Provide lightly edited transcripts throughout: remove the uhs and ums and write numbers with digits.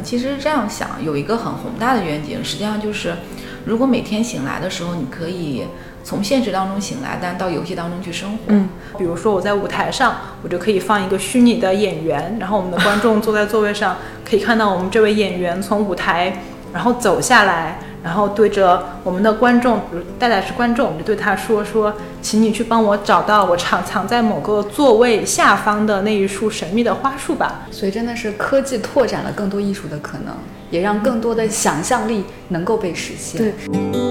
其实这样想，有一个很宏大的愿景，实际上就是如果每天醒来的时候，你可以从现实当中醒来，但到游戏当中去生活。 比如说我在舞台上，我就可以放一个虚拟的演员，然后我们的观众坐在座位上，可以看到我们这位演员从舞台然后走下来，然后对着我们的观众，比如戴戴是观众，我们就对他说，请你去帮我找到我藏在某个座位下方的那一束神秘的花束吧。 所以真的是科技拓展了更多艺术的可能，也让更多的想象力能够被实现。 对。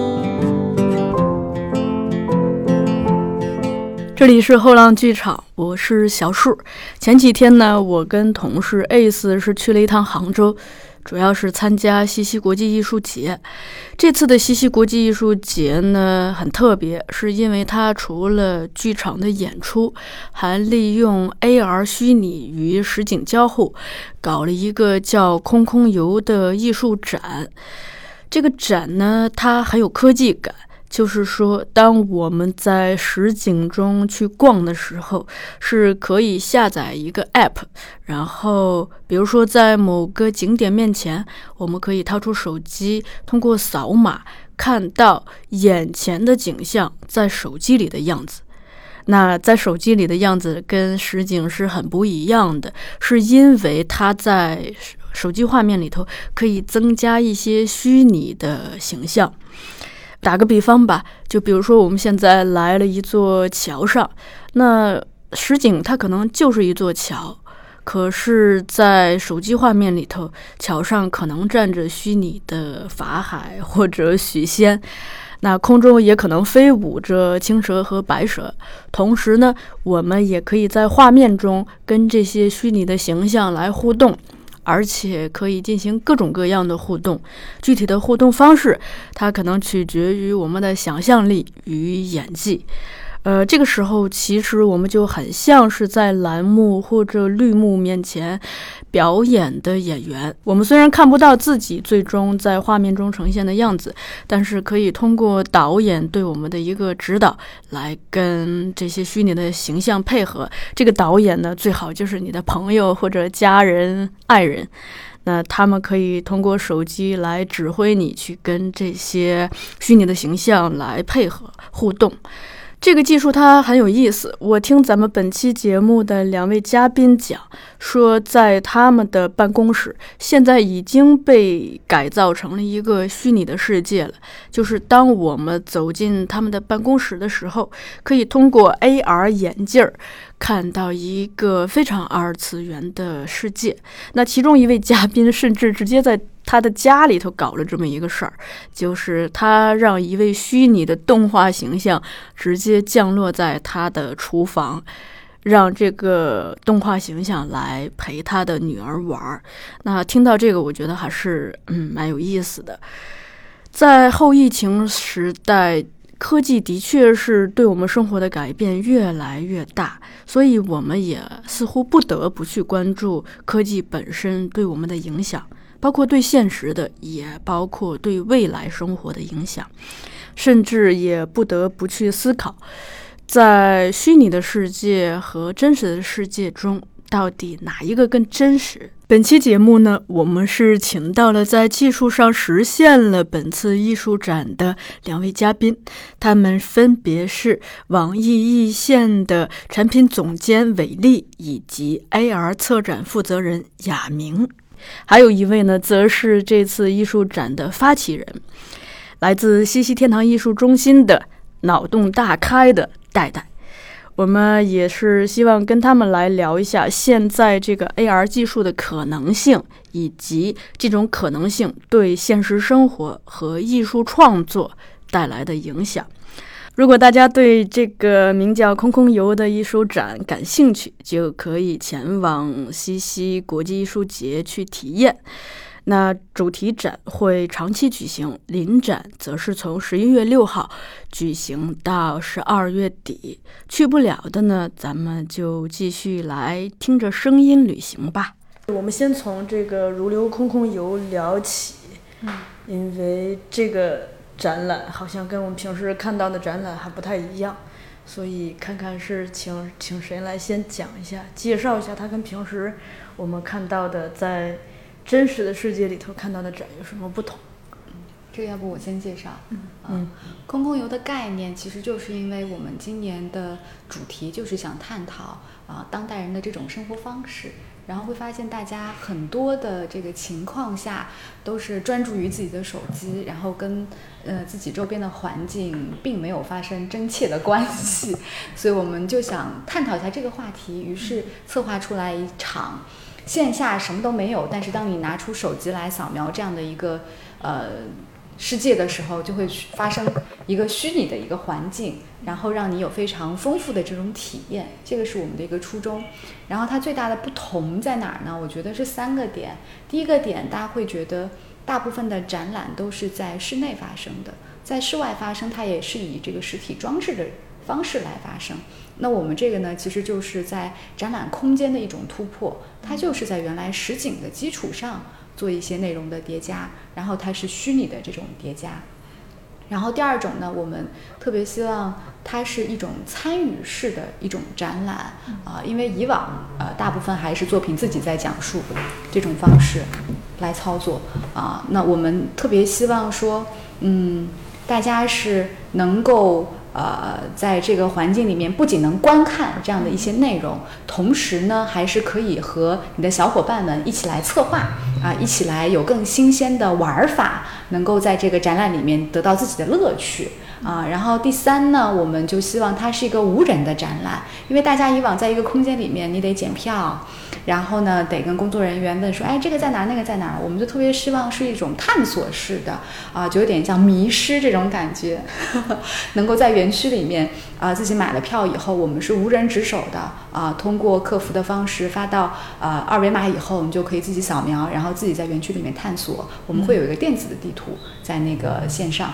这里是后浪剧场，我是小树。前几天呢，我跟同事 Ace 是去了一趟杭州，主要是参加西溪国际艺术节。这次的西溪国际艺术节呢很特别，是因为它除了剧场的演出，还利用 AR 虚拟与实景交互，搞了一个叫空空游的艺术展。这个展呢，它很有科技感。就是说，当我们在实景中去逛的时候，是可以下载一个 app， 然后比如说在某个景点面前，我们可以掏出手机，通过扫码看到眼前的景象在手机里的样子。那在手机里的样子跟实景是很不一样的，是因为它在手机画面里头可以增加一些虚拟的形象。打个比方吧，就比如说我们现在来了一座桥上，那实景它可能就是一座桥，可是在手机画面里头，桥上可能站着虚拟的法海或者许仙，那空中也可能飞舞着青蛇和白蛇。同时呢，我们也可以在画面中跟这些虚拟的形象来互动，而且可以进行各种各样的互动。具体的互动方式，它可能取决于我们的想象力与演技。这个时候其实我们就很像是在栏目或者绿幕面前表演的演员。我们虽然看不到自己最终在画面中呈现的样子，但是可以通过导演对我们的一个指导来跟这些虚拟的形象配合。这个导演呢，最好就是你的朋友或者家人、爱人，那他们可以通过手机来指挥你去跟这些虚拟的形象来配合互动。这个技术它很有意思，我听咱们本期节目的两位嘉宾讲说，在他们的办公室现在已经被改造成了一个虚拟的世界了。就是当我们走进他们的办公室的时候，可以通过 AR 眼镜看到一个非常二次元的世界。那其中一位嘉宾甚至直接在他的家里头搞了这么一个事儿，就是他让一位虚拟的动画形象直接降落在他的厨房，让这个动画形象来陪他的女儿玩。那听到这个，我觉得还是蛮有意思的。在后疫情时代，科技的确是对我们生活的改变越来越大，所以我们也似乎不得不去关注科技本身对我们的影响，包括对现实的，也包括对未来生活的影响，甚至也不得不去思考，在虚拟的世界和真实的世界中，到底哪一个更真实？本期节目呢，我们是请到了在技术上实现了本次艺术展的两位嘉宾，他们分别是网易易线的产品总监韦丽以及 AR 策展负责人亚明。还有一位呢，则是这次艺术展的发起人，来自西溪天堂艺术中心的脑洞大开的戴戴。我们也是希望跟他们来聊一下现在这个 AR 技术的可能性，以及这种可能性对现实生活和艺术创作带来的影响。如果大家对这个名叫空空游的艺术展感兴趣，就可以前往西溪国际艺术节去体验。那主题展会长期举行，临展则是从11月6号举行到12月底。去不了的呢，咱们就继续来听着声音旅行吧。我们先从这个如流空空游聊起，因为这个展览好像跟我们平时看到的展览还不太一样，所以看看是请谁来先讲一下，介绍一下它跟平时我们看到的在真实的世界里头看到的展有什么不同？ 这个要不我先介绍。空空游的概念其实就是因为我们今年的主题就是想探讨当代人的这种生活方式，然后会发现大家很多的这个情况下都是专注于自己的手机，然后跟自己周边的环境并没有发生真切的关系，所以我们就想探讨一下这个话题，于是策划出来一场线下什么都没有，但是当你拿出手机来扫描这样的一个世界的时候，就会发生一个虚拟的一个环境，然后让你有非常丰富的这种体验，这个是我们的一个初衷。然后它最大的不同在哪儿呢？我觉得是3个点。第一个点，大家会觉得大部分的展览都是在室内发生的，在室外发生它也是以这个实体装置的方式来发生。那我们这个呢，其实就是在展览空间的一种突破，它就是在原来实景的基础上做一些内容的叠加，然后它是虚拟的这种叠加。然后第二种呢，我们特别希望它是一种参与式的一种展览因为以往大部分还是作品自己在讲述这种方式来操作那我们特别希望说大家是能够在这个环境里面不仅能观看这样的一些内容，同时呢还是可以和你的小伙伴们一起来策划一起来有更新鲜的玩法，能够在这个展览里面得到自己的乐趣然后第3呢，我们就希望它是一个无人的展览，因为大家以往在一个空间里面你得检票，然后呢得跟工作人员问说哎这个在哪那个在哪，我们就特别希望是一种探索式的就有点像迷失这种感觉能够在园区里面自己买了票以后，我们是无人值守的通过客服的方式发到2维码以后，你就可以自己扫描，然后自己在园区里面探索。我们会有一个电子的地图在那个线上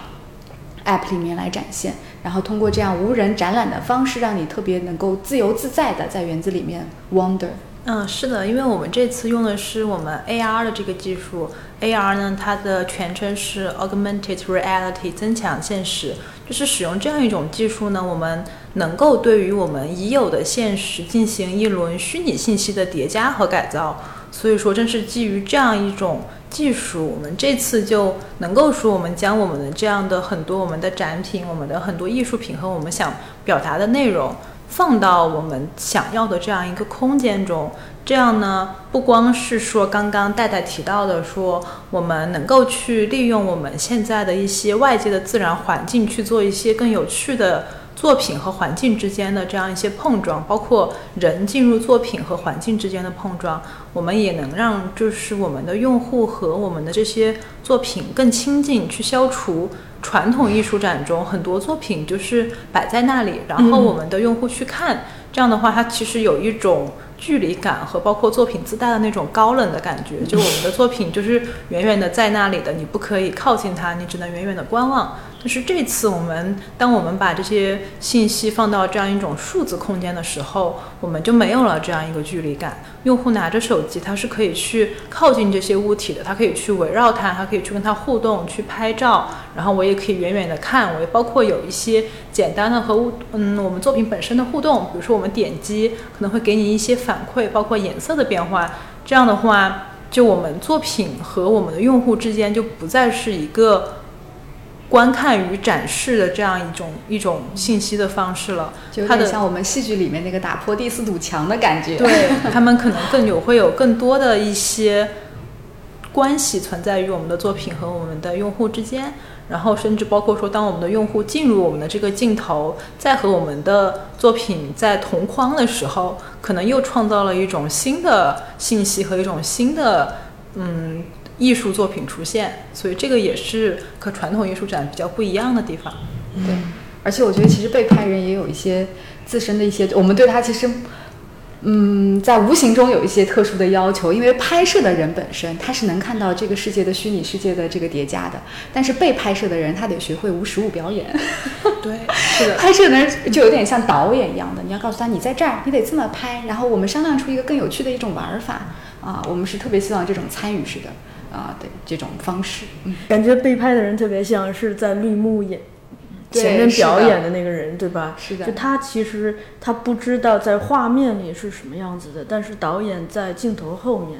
App 里面来展现，然后通过这样无人展览的方式，让你特别能够自由自在的在园子里面 wander。 是的，因为我们这次用的是我们 AR 的这个技术 ，AR 呢，它的全称是 Augmented Reality 增强现实，就是使用这样一种技术呢，我们能够对于我们已有的现实进行一轮虚拟信息的叠加和改造。所以说，正是基于这样一种技术，我们这次就能够说，我们将我们的这样的很多我们的展品、我们的很多艺术品和我们想表达的内容，放到我们想要的这样一个空间中。这样呢，不光是说刚刚戴戴提到的说，我们能够去利用我们现在的一些外界的自然环境去做一些更有趣的作品和环境之间的这样一些碰撞，包括人进入作品和环境之间的碰撞，我们也能让就是我们的用户和我们的这些作品更亲近，去消除传统艺术展中很多作品就是摆在那里，然后我们的用户去看，这样的话它其实有一种距离感和包括作品自带的那种高冷的感觉，就我们的作品就是远远的在那里的，你不可以靠近它，你只能远远的观望。但是这次当我们把这些信息放到这样一种数字空间的时候，我们就没有了这样一个距离感。用户拿着手机，他是可以去靠近这些物体的，他可以去围绕它，他可以去跟它互动，去拍照，然后我也可以远远的看，我也包括有一些简单的和我们作品本身的互动，比如说我们点击可能会给你一些反馈，包括颜色的变化。这样的话，就我们作品和我们的用户之间就不再是一个观看与展示的这样一种信息的方式了， 就有点像我们戏剧里面那个打破第4堵墙的感觉。 对，他们可能会有更多的一些关系存在于我们的作品和我们的用户之间，然后甚至包括说，当我们的用户进入我们的这个镜头，在和我们的作品在同框的时候，可能又创造了一种新的信息和一种新的艺术作品出现，所以这个也是和传统艺术展比较不一样的地方。 对，而且我觉得其实被拍人也有一些自身的一些，我们对他其实在无形中有一些特殊的要求，因为拍摄的人本身他是能看到这个世界的虚拟世界的这个叠加的，但是被拍摄的人他得学会无实物表演。 对，是的， 拍摄的人就有点像导演一样的，你要告诉他你在这儿你得这么拍，然后我们商量出一个更有趣的一种玩法我们是特别希望这种参与式的对这种方式。 感觉被拍的人特别像是在绿幕前面表演的那个人， 对吧？ 是的， 就他其实他不知道在画面里是什么样子的，但是导演在镜头后面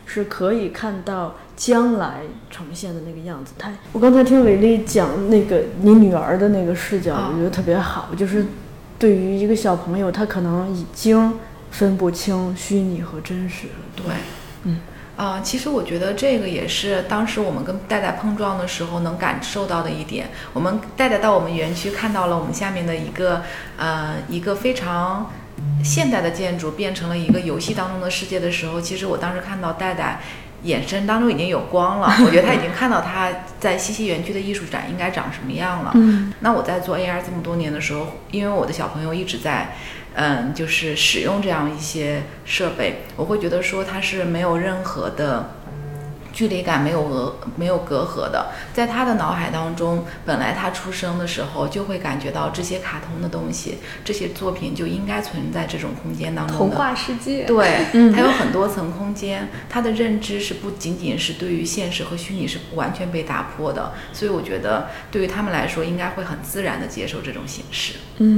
是可以看到将来呈现的那个样子。我刚才听伟丽讲那个你女儿的那个视角，我觉得特别好，就是对于一个小朋友，他可能已经分不清虚拟和真实了。 对，其实我觉得这个也是当时我们跟戴戴碰撞的时候能感受到的一点。我们戴戴到我们园区看到了我们下面的一个非常现代的建筑变成了一个游戏当中的世界的时候，其实我当时看到戴戴眼神当中已经有光了，我觉得他已经看到他在西溪园区的艺术展应该长什么样了。那我在做 AR 这么多年的时候，因为我的小朋友一直在就是使用这样一些设备，我会觉得说它是没有任何的距离感，没有隔阂的。在他的脑海当中，本来他出生的时候就会感觉到这些卡通的东西，这些作品就应该存在这种空间当中的童话世界。 对，它有很多层空间，他的认知是不仅仅是对于现实和虚拟是完全被打破的，所以我觉得对于他们来说应该会很自然的接受这种形式。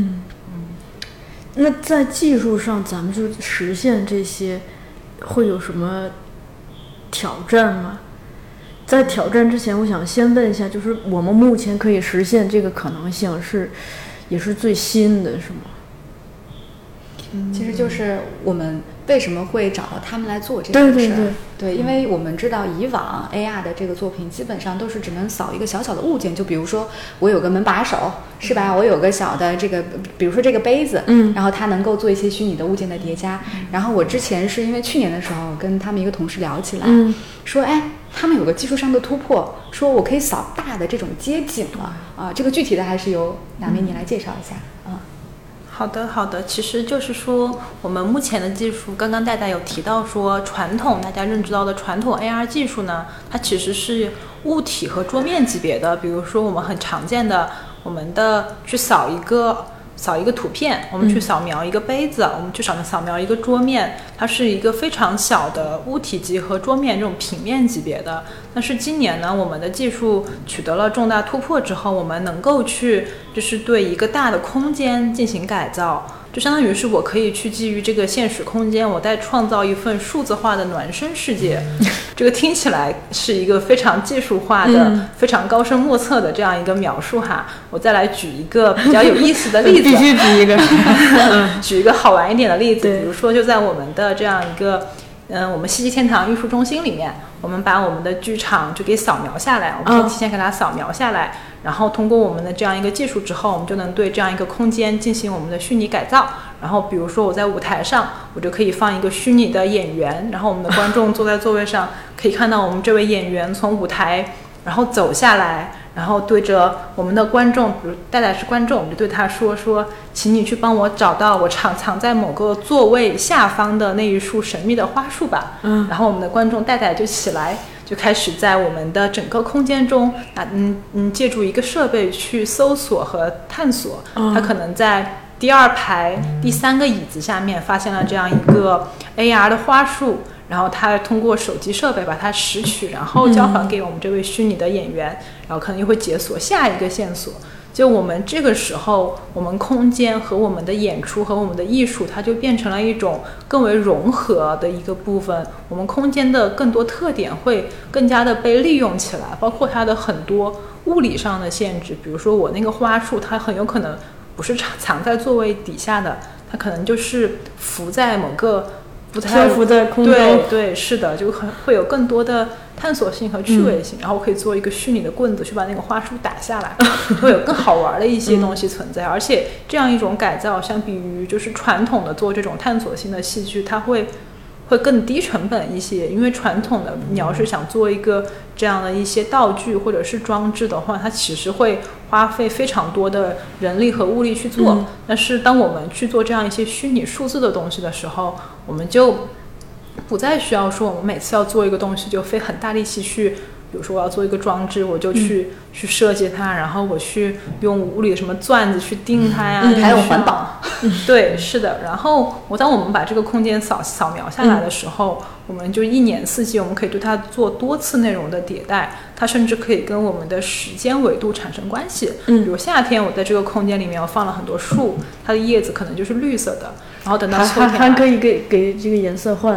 那在技术上咱们就实现这些会有什么挑战吗？在挑战之前，我想先问一下，就是我们目前可以实现这个可能性也是最新的，是吗？ 其实就是我们为什么会找到他们来做这件事？对，因为我们知道以往 AR 的这个作品基本上都是只能扫一个小小的物件，就比如说我有个门把手，是吧？我有个小的这个，比如说这个杯子，然后它能够做一些虚拟的物件的叠加。然后我之前是因为去年的时候跟他们一个同事聊起来，说他们有个技术上的突破，说我可以扫大的这种街景了这个具体的还是由亚梅你来介绍一下好的，其实就是说，我们目前的技术，刚刚戴戴有提到说，传统大家认知到的传统 AR 技术呢，它其实是物体和桌面级别的。比如说，我们很常见的，我们的去扫一个图片，我们去扫描一个杯子，我们去扫描一个桌面，它是一个非常小的物体级和桌面这种平面级别的。但是今年呢，我们的技术取得了重大突破之后，我们能够去就是对一个大的空间进行改造，就相当于是我可以去基于这个现实空间，我再创造一份数字化的孪生世界。这个听起来是一个非常技术化的、非常高深莫测的这样一个描述哈。我再来举一个比较有意思的例子， 必须举一个， 举一个好玩一点的例子，比如说就在我们的这样一个我们西溪天堂艺术中心里面，我们把我们的剧场就给扫描下来，我们提前给它扫描下来，然后通过我们的这样一个技术之后，我们就能对这样一个空间进行我们的虚拟改造。然后比如说我在舞台上，我就可以放一个虚拟的演员，然后我们的观众坐在座位上，可以看到我们这位演员从舞台然后走下来，然后对着我们的观众，比如戴戴是观众，我们就对他说请你去帮我找到我藏在某个座位下方的那一束神秘的花束吧。然后我们的观众戴戴就起来，就开始在我们的整个空间中借助一个设备去搜索和探索。他可能在第二排第3个椅子下面发现了这样一个 AR 的花束，然后他通过手机设备把它拾取，然后交还给我们这位虚拟的演员，然后可能又会解锁下一个线索。就我们这个时候，我们空间和我们的演出和我们的艺术，它就变成了一种更为融合的一个部分。我们空间的更多特点会更加的被利用起来，包括它的很多物理上的限制。比如说我那个花束，它很有可能不是藏在座位底下的，它可能就是浮在某个不太漂浮在空中。 对，是的，就会有更多的探索性和趣味性。然后我可以做一个虚拟的棍子去把那个花束打下来，会有更好玩的一些东西存在。而且这样一种改造，相比于就是传统的做这种探索性的戏剧，它会更低成本一些。因为传统的你要是想做一个这样的一些道具或者是装置的话，它其实会花费非常多的人力和物力去做。但是当我们去做这样一些虚拟数字的东西的时候，我们就不再需要说我们每次要做一个东西就费很大力气去，比如说我要做一个装置，我就去设计它，然后我去用物理的什么钻子去钉它呀， 还有环保。 对，是的。然后当我们把这个空间扫描下来的时候，我们就1年4季，我们可以对它做多次内容的迭代，它甚至可以跟我们的时间纬度产生关系。比如夏天我在这个空间里面我放了很多树，它的叶子可能就是绿色的，然后等到秋天还可以给这个颜色换。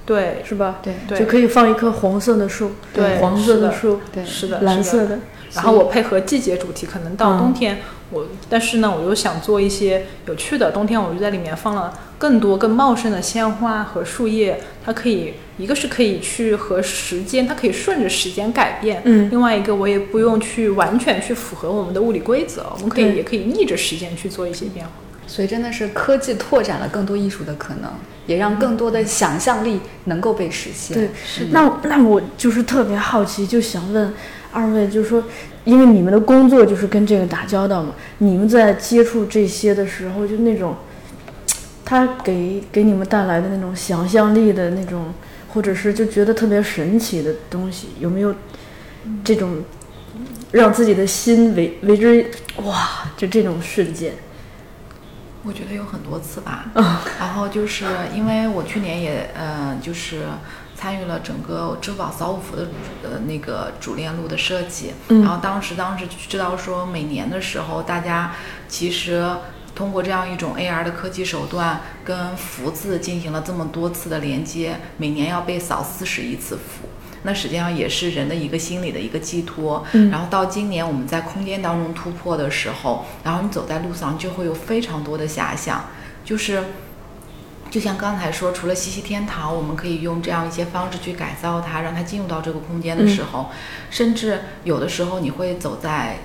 对， 是吧？ 对， 就可以放一棵红色的树， 对， 黄色的树， 对， 是的， 蓝色的。 然后我配合季节主题，可能到冬天但是呢，我又想做一些有趣的。冬天我就在里面放了更多更茂盛的鲜花和树叶，它可以一个是可以去和时间，它可以顺着时间改变。另外一个我也不用去完全去符合我们的物理规则，我们也可以逆着时间去做一些变化。 所以真的是科技拓展了更多艺术的可能，也让更多的想象力能够被实现。 对，那我就是特别好奇，就想问二位，就是说，因为你们的工作就是跟这个打交道嘛，你们在接触这些的时候，就那种，他给你们带来的那种想象力的那种，或者是就觉得特别神奇的东西，有没有这种让自己的心为之哇，就这种瞬间？ 我觉得有很多次吧，然后就是因为我去年也就是参与了整个支付宝扫五福的那个主链路的设计，然后当时知道说每年的时候，大家其实通过这样一种 AR 的科技手段，跟福字进行了这么多次的连接，每年要被扫40亿次福。那实际上也是人的一个心理的一个寄托，然后到今年我们在空间当中突破的时候，然后你走在路上就会有非常多的遐想，就像刚才说，除了西溪天堂，我们可以用这样一些方式去改造它，让它进入到这个空间的时候，甚至有的时候你会走在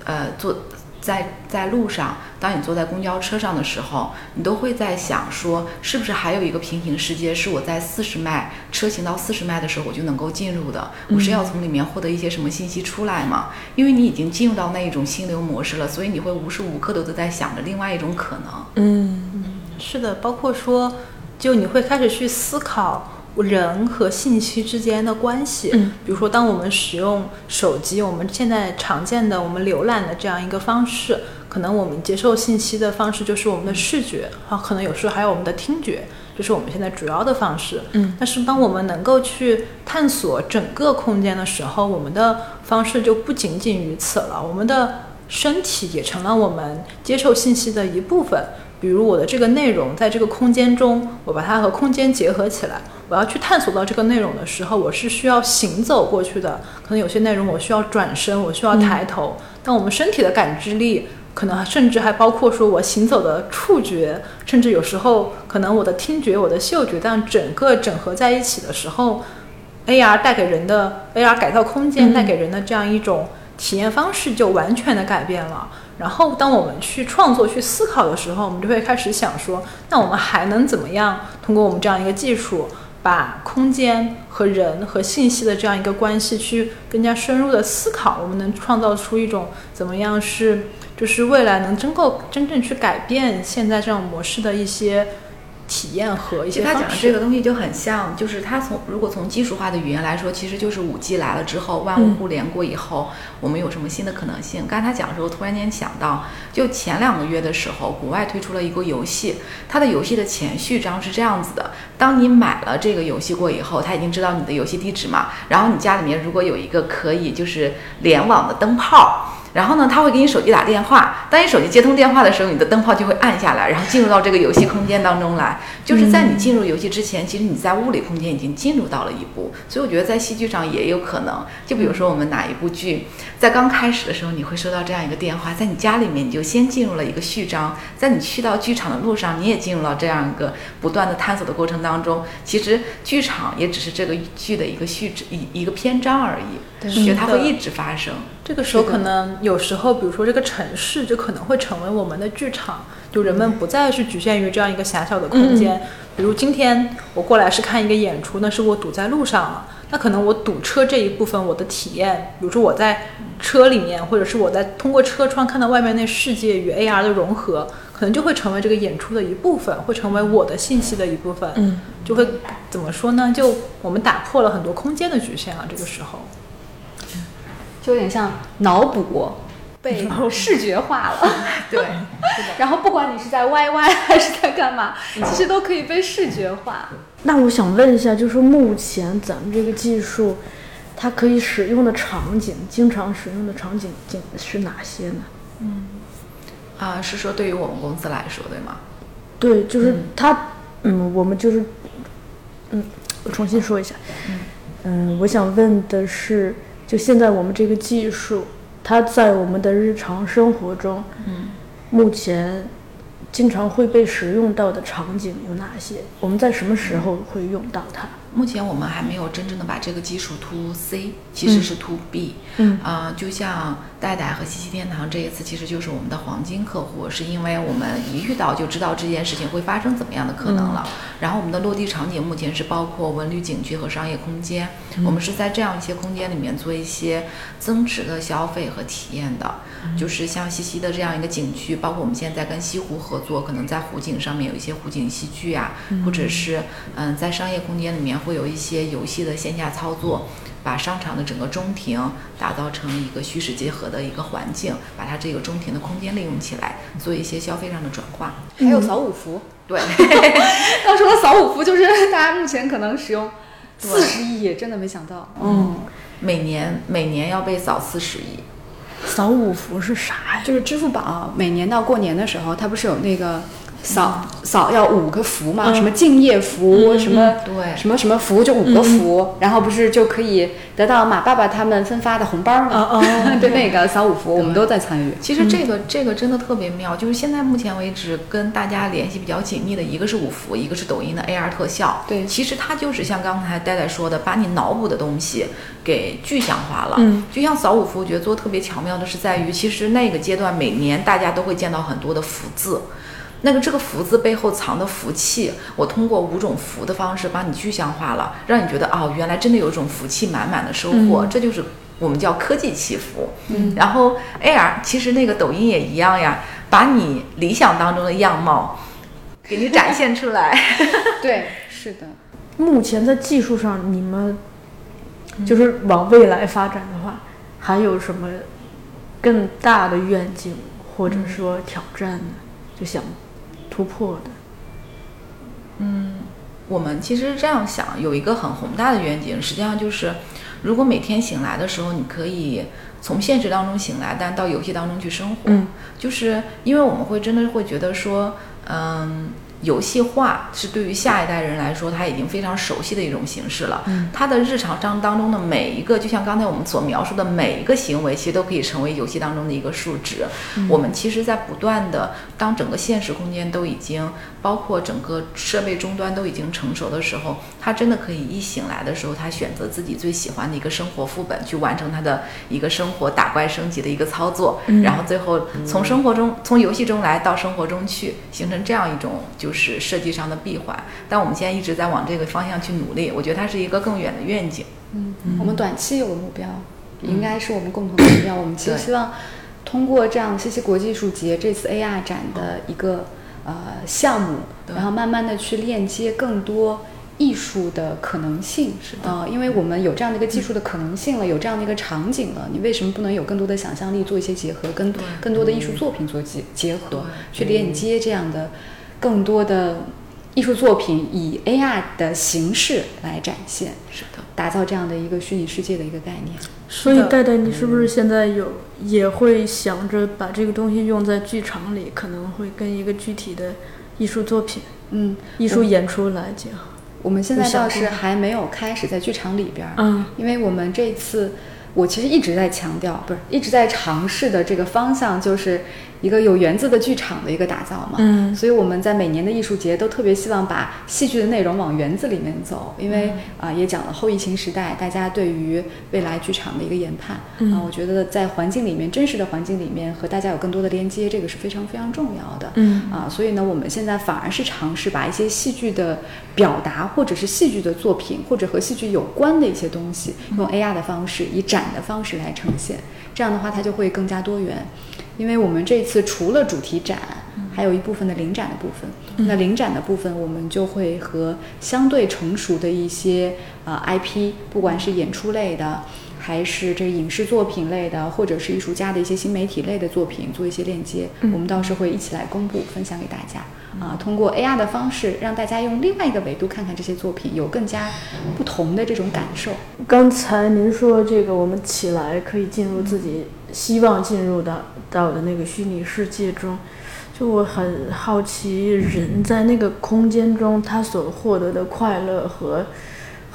在路上，当你坐在公交车上的时候，你都会在想说，是不是还有一个平行世界是我在40迈车行到40迈的时候我就能够进入的？我是要从里面获得一些什么信息出来吗？因为你已经进入到那一种心流模式了，所以你会无时无刻都在想着另外一种可能。 是的，包括说，就你会开始去思考人和信息之间的关系。比如说当我们使用手机，我们现在常见的我们浏览的这样一个方式，可能我们接受信息的方式就是我们的视觉，可能有时候还有我们的听觉，这是我们现在主要的方式。但是当我们能够去探索整个空间的时候，我们的方式就不仅仅于此了，我们的身体也成了我们接受信息的一部分。比如我的这个内容在这个空间中，我把它和空间结合起来，我要去探索到这个内容的时候，我是需要行走过去的，可能有些内容我需要转身，我需要抬头。但我们身体的感知力可能甚至还包括说我行走的触觉，甚至有时候可能我的听觉、我的嗅觉，但整个整合在一起的时候， AR 带给人的 AR 改造空间带给人的这样一种体验方式就完全的改变了。然后当我们去创作去思考的时候，我们就会开始想说，那我们还能怎么样通过我们这样一个技术，把空间和人和信息的这样一个关系去更加深入的思考，我们能创造出一种怎么样就是未来能真正去改变现在这种模式的一些体验和一些方式。 他讲的这个东西就很像，就是他如果从技术化的语言来说，其实就是5G 来了之后，万物互联过以后，我们有什么新的可能性？刚才他讲的时候，突然间想到，就前2个月的时候，国外推出了一个游戏，它的游戏的前序章是这样子的：当你买了这个游戏过以后，它已经知道你的游戏地址嘛，然后你家里面如果有一个可以就是联网的灯泡。然后呢，他会给你手机打电话，当你手机接通电话的时候，你的灯泡就会暗下来，然后进入到这个游戏空间当中来。就是在你进入游戏之前，其实你在物理空间已经进入到了一步。所以我觉得在戏剧上也有可能，就比如说我们哪一部剧在刚开始的时候，你会收到这样一个电话，在你家里面你就先进入了一个序章，在你去到剧场的路上，你也进入了这样一个不断的探索的过程当中。其实剧场也只是这个剧的一个一个篇章而已，觉得它会一直发生。 这个时候可能有时候，比如说这个城市就可能会成为我们的剧场，就人们不再是局限于这样一个狭小的空间。比如今天我过来是看一个演出，那是我堵在路上了，那可能我堵车这一部分我的体验，比如说我在车里面，或者是我在通过车窗看到外面那世界与 AR 的融合，可能就会成为这个演出的一部分，会成为我的信息的一部分。就会怎么说呢？就我们打破了很多空间的局限了。这个时候就有点像脑补被视觉化了。 对， 然后不管你是在 YY 还是在干嘛，其实都可以被视觉化。 那我想问一下，就是目前咱们这个技术，它可以使用的场景，经常使用的场景是哪些呢？ 是说对于我们公司来说，对吗？ 对，就是它，我们就是， 我重新说一下。我想问的是，就现在我们这个技术，它在我们的日常生活中，目前经常会被使用到的场景有哪些？我们在什么时候会用到它？ 目前我们还没有真正的把这个技术 to C， 其实是 to B。就像戴戴和西西天堂这一次，其实就是我们的黄金客户，是因为我们一遇到就知道这件事情会发生怎么样的可能了。然后我们的落地场景目前是包括文旅景区和商业空间，我们是在这样一些空间里面做一些增值的消费和体验的。就是像西溪的这样一个景区，包括我们现在跟西湖合作，可能在湖景上面有一些湖景戏剧啊，或者是在商业空间里面会有一些游戏的线下操作，把商场的整个中庭打造成一个虚实结合的一个环境，把它这个中庭的空间利用起来，做一些消费上的转化。 还有扫五福， 对， 刚说的扫五福就是大家目前可能使用40亿，真的没想到。 每年要被扫40亿。 扫五福是啥呀？ 就是支付宝每年到过年的时候，它不是有那个扫要5个福嘛，什么敬业福，什么对， 什么什么福就5个福，然后不是就可以得到马爸爸他们分发的红包吗？对，那个扫5福我们都在参与。 其实这个真的特别妙，就是现在目前为止跟大家联系比较紧密的一个是5福，一个是抖音的 AR 特效。 对， 其实它就是像刚才戴戴说的，把你脑补的东西给具象化了。就像扫5福，我觉得做得特别巧妙的是在于，其实那个阶段每年大家都会见到很多的福字。这个福字背后藏的福气，我通过5种福的方式帮你具象化了，让你觉得原来真的有一种福气满满的收获。这就是我们叫科技祈福。然后 AR 其实那个抖音也一样呀，把你理想当中的样貌给你展现出来。 对，是的。 目前在技术上，你们就是往未来发展的话，还有什么更大的愿景或者说挑战呢？就想突破的。 我们其实这样想，有一个很宏大的愿景，实际上就是如果每天醒来的时候，你可以从现实当中醒来，但到游戏当中去生活。就是因为我们会真的会觉得说游戏化是对于下一代人来说，他已经非常熟悉的一种形式了。他的日常当中的每一个，就像刚才我们所描述的每一个行为，其实都可以成为游戏当中的一个数值。我们其实在不断的，当整个现实空间都已经包括整个设备终端都已经成熟的时候，他真的可以一醒来的时候，他选择自己最喜欢的一个生活副本，去完成他的一个生活打怪升级的一个操作，然后最后从游戏中来到生活中去，形成这样一种就是设计上的闭环。但我们现在一直在往这个方向去努力，我觉得它是一个更远的愿景。 我们短期有个目标，应该是我们共同的目标。我们其实希望通过这样西溪国际艺术节这次 AR 展的一个项目，然后慢慢的去链接更多艺术的可能性。 是的， 因为我们有这样的一个技术的可能性了，有这样的一个场景了，你为什么不能有更多的想象力做一些结合，跟更多的艺术作品做结合，去链接这样的更多的艺术作品以 AR 的形式来展现， 是的， 打造这样的一个虚拟世界的一个概念。 所以戴戴，你是不是现在也会想着把这个东西用在剧场里，可能会跟一个具体的艺术作品、艺术演出来结合？ 我们现在倒是还没有开始在剧场里边，因为我们这次我其实一直在强调，一直在尝试的这个方向就是一个有园子的剧场的一个打造嘛。所以我们在每年的艺术节都特别希望把戏剧的内容往园子里面走，因为也讲了后疫情时代大家对于未来剧场的一个研判。我觉得在环境里面，真实的环境里面和大家有更多的连接，这个是非常非常重要的。所以呢，我们现在反而是尝试把一些戏剧的表达，或者是戏剧的作品，或者和戏剧有关的一些东西，用 AR 的方式，以展的方式来呈现。这样的话，它就会更加多元。因为我们这次除了主题展，还有一部分的临展的部分。那临展的部分，我们就会和相对成熟的一些IP， 不管是演出类的，还是这个影视作品类的，或者是艺术家的一些新媒体类的作品做一些链接。我们到时候会一起来公布分享给大家。通过 AR 的方式，让大家用另外一个维度看看这些作品，有更加不同的这种感受。 刚才您说这个，我们起来可以进入自己希望进入到的那个虚拟世界中，就我很好奇，人在那个空间中他所获得的快乐和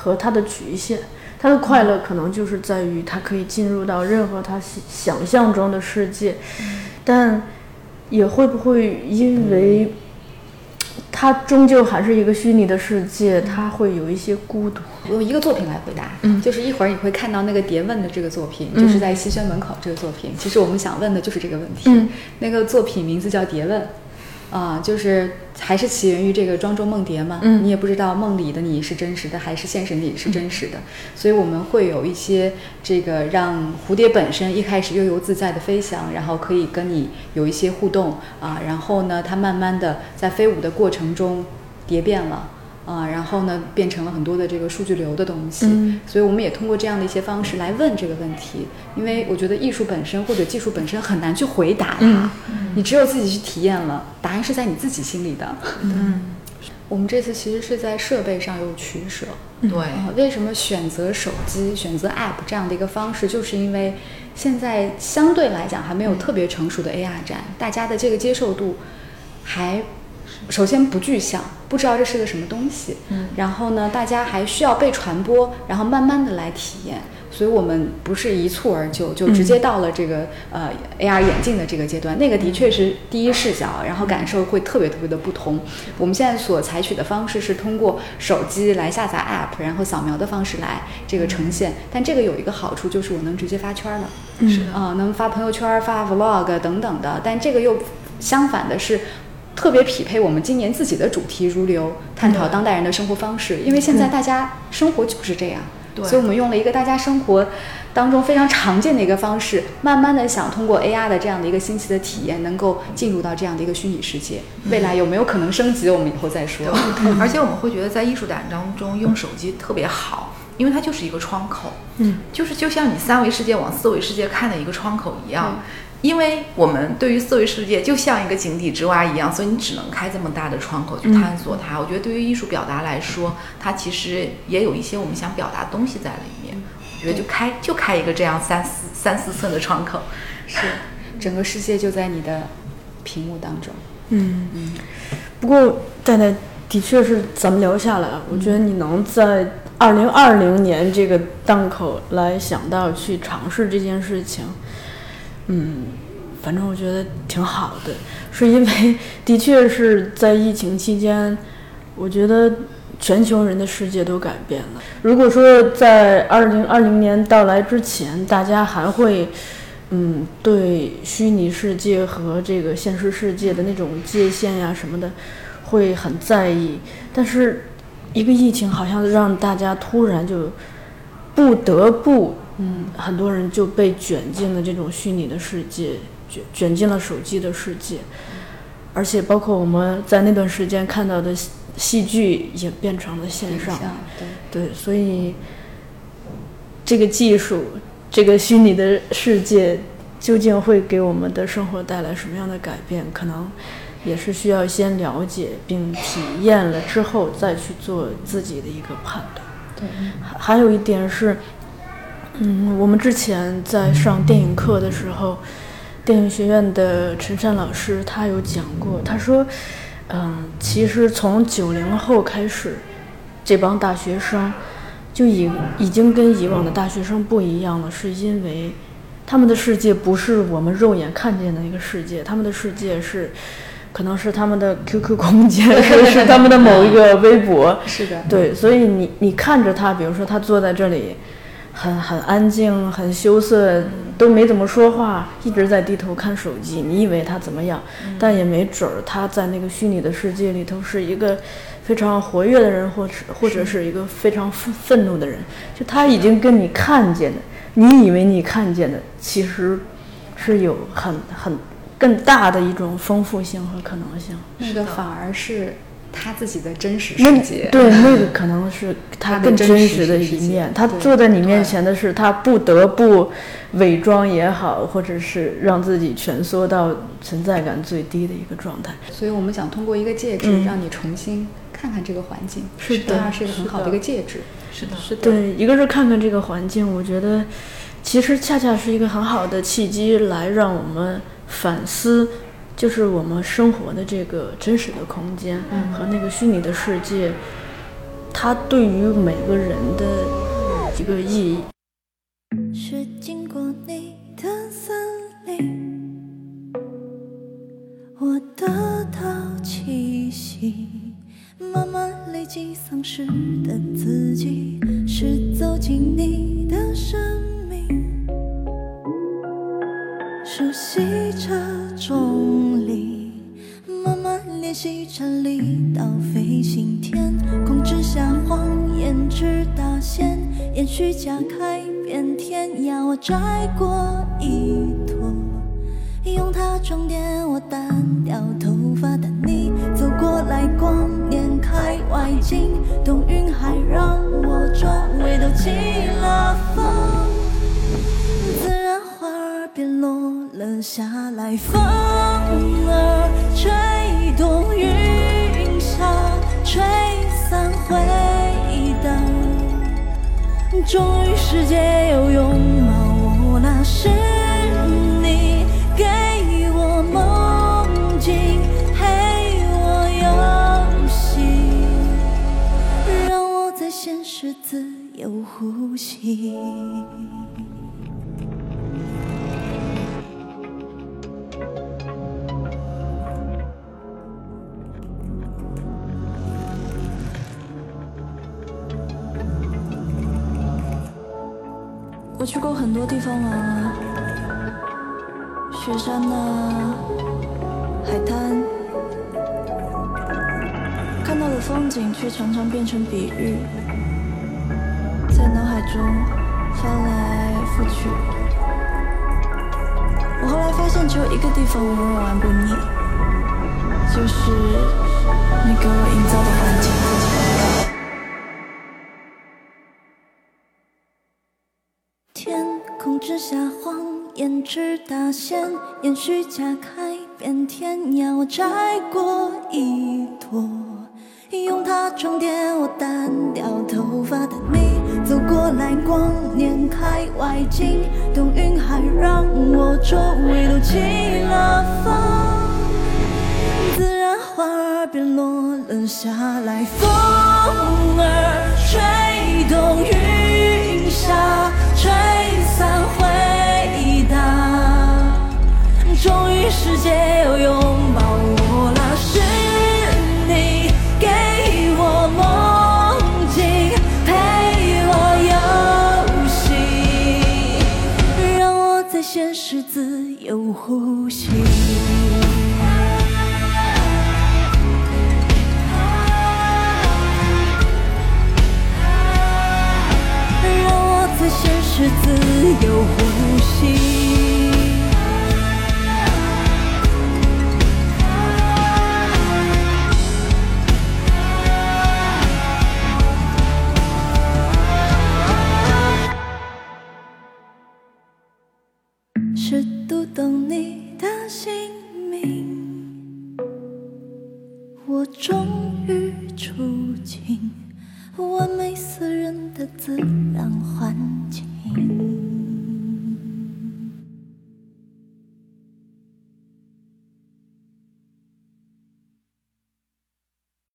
和他的局限。他的快乐可能就是在于他可以进入到任何他想象中的世界，但也会不会因为它终究还是一个虚拟的世界，它会有一些孤独。 我用一个作品来回答，就是一会儿你会看到那个蝶问的这个作品，就是在西轩门口这个作品。其实我们想问的就是这个问题。那个作品名字叫蝶问，就是还是起源于这个庄周梦蝶嘛。你也不知道梦里的你是真实的还是现实里是真实的，所以我们会有一些这个让蝴蝶本身一开始悠游自在的飞翔，然后可以跟你有一些互动然后呢，它慢慢的在飞舞的过程中蝶变了。然后呢，变成了很多的这个数据流的东西，所以我们也通过这样的一些方式来问这个问题，因为我觉得艺术本身或者技术本身很难去回答它，你只有自己去体验了，答案是在你自己心里的。我们这次其实是在设备上有取舍， 对， 为什么选择手机、选择 App 这样的一个方式，就是因为现在相对来讲还没有特别成熟的 AR 展，大家的这个接受度还首先不具象，不知道这是个什么东西，然后呢，大家还需要被传播，然后慢慢的来体验，所以我们不是一蹴而就直接到了这个AR 眼镜的这个阶段，那个的确是第一视角，然后感受会特别特别的不同。我们现在所采取的方式是通过手机来下载 App， 然后扫描的方式来这个呈现，但这个有一个好处就是我能直接发圈了， 是的能发朋友圈、发 Vlog 等等的，但这个又相反的是特别匹配我们今年自己的主题如流，探讨当代人的生活方式，因为现在大家生活就是这样，所以我们用了一个大家生活当中非常常见的一个方式，慢慢的想通过 AR 的这样的一个新奇的体验，能够进入到这样的一个虚拟世界。未来有没有可能升级，我们以后再说。 而且我们会觉得在艺术展当中用手机特别好，因为它就是一个窗口，就是就像你3维世界往4维世界看的一个窗口一样。因为我们对于4维世界就像一个井底之蛙一样，所以你只能开这么大的窗口去探索它。我觉得对于艺术表达来说，它其实也有一些我们想表达的东西在里面。我觉得就开一个这样3、4寸的窗口， 是整个世界就在你的屏幕当中。 不过戴戴的确是咱们聊下来，我觉得你能在2020年这个档口来想到去尝试这件事情。反正我觉得挺好的，是因为的确是在疫情期间，我觉得全球人的世界都改变了。如果说在2020年到来之前，大家还会对虚拟世界和这个现实世界的那种界限呀什么的会很在意，但是一个疫情好像让大家突然就不得不很多人就被卷进了这种虚拟的世界，卷进了手机的世界，而且包括我们在那段时间看到的戏剧也变成了线上，对，所以这个技术，这个虚拟的世界究竟会给我们的生活带来什么样的改变，可能也是需要先了解并体验了之后再去做自己的一个判断。 对， 还有一点是我们之前在上电影课的时候，电影学院的陈山老师他有讲过，他说其实从90后开始，这帮大学生就已经跟以往的大学生不一样了，是因为他们的世界不是我们肉眼看见的一个世界，他们的世界是可能是他们的 QQ 空间，是他们的某一个微博。 是的， 对，所以你看着他，比如说他坐在这里很安静，很羞涩，都没怎么说话，一直在低头看手机，你以为他怎么样，但也没准儿他在那个虚拟的世界里头是一个非常活跃的人，或者是一个非常愤怒的人，就他已经跟你看见的，你以为你看见的其实是有很更大的一种丰富性和可能性， 那个反而是他自己的真实世界。 对，那个可能是他更真实的一面。他坐在你面前的是他不得不伪装也好，或者是让自己蜷缩到存在感最低的一个状态。 所以我们想通过一个介质，让你重新看看这个环境。 是的， 当然是一个很好的一个介质。 是的， 是的。对，一个是看看这个环境，我觉得其实恰恰是一个很好的契机，来让我们反思。就是我们生活的这个真实的空间和那个虚拟的世界它对于每个人的一个意义。 是经过你的森林，我得到气息，慢慢累积丧失的自己，是走进你的生命，熟悉这种力，慢慢练习站立到飞行天空之下，谎言直达线，延续加开遍天涯，我摘过一朵，用它装点我单调头发的你，走过来光年开外景，冬云还让我周围都起了风，自然花儿便落了下来，风儿吹动云霞，吹散回荡，终于世界有拥抱我，那是你给我梦境，陪我游戏，让我在现实自由呼吸。我去过很多地方玩啊，雪山啊，海滩，看到的风景却常常变成比喻，在脑海中翻来覆去。我后来发现，只有一个地方我永远玩不腻，就是你给我营造的环境。天空之下，谎言直达线，延续加开遍天涯，我摘过一朵，用它装点我单调头发的你，走过来光年开外景，冬云还让我周围都起了风，自然花儿便落了下来，风儿吹动云霞，吹散回荡，终于世界有拥抱我，那是你给我梦境，陪我游戏，让我在现实自由呼吸，让我在现实自由呼吸。是读懂你的姓名，我终于出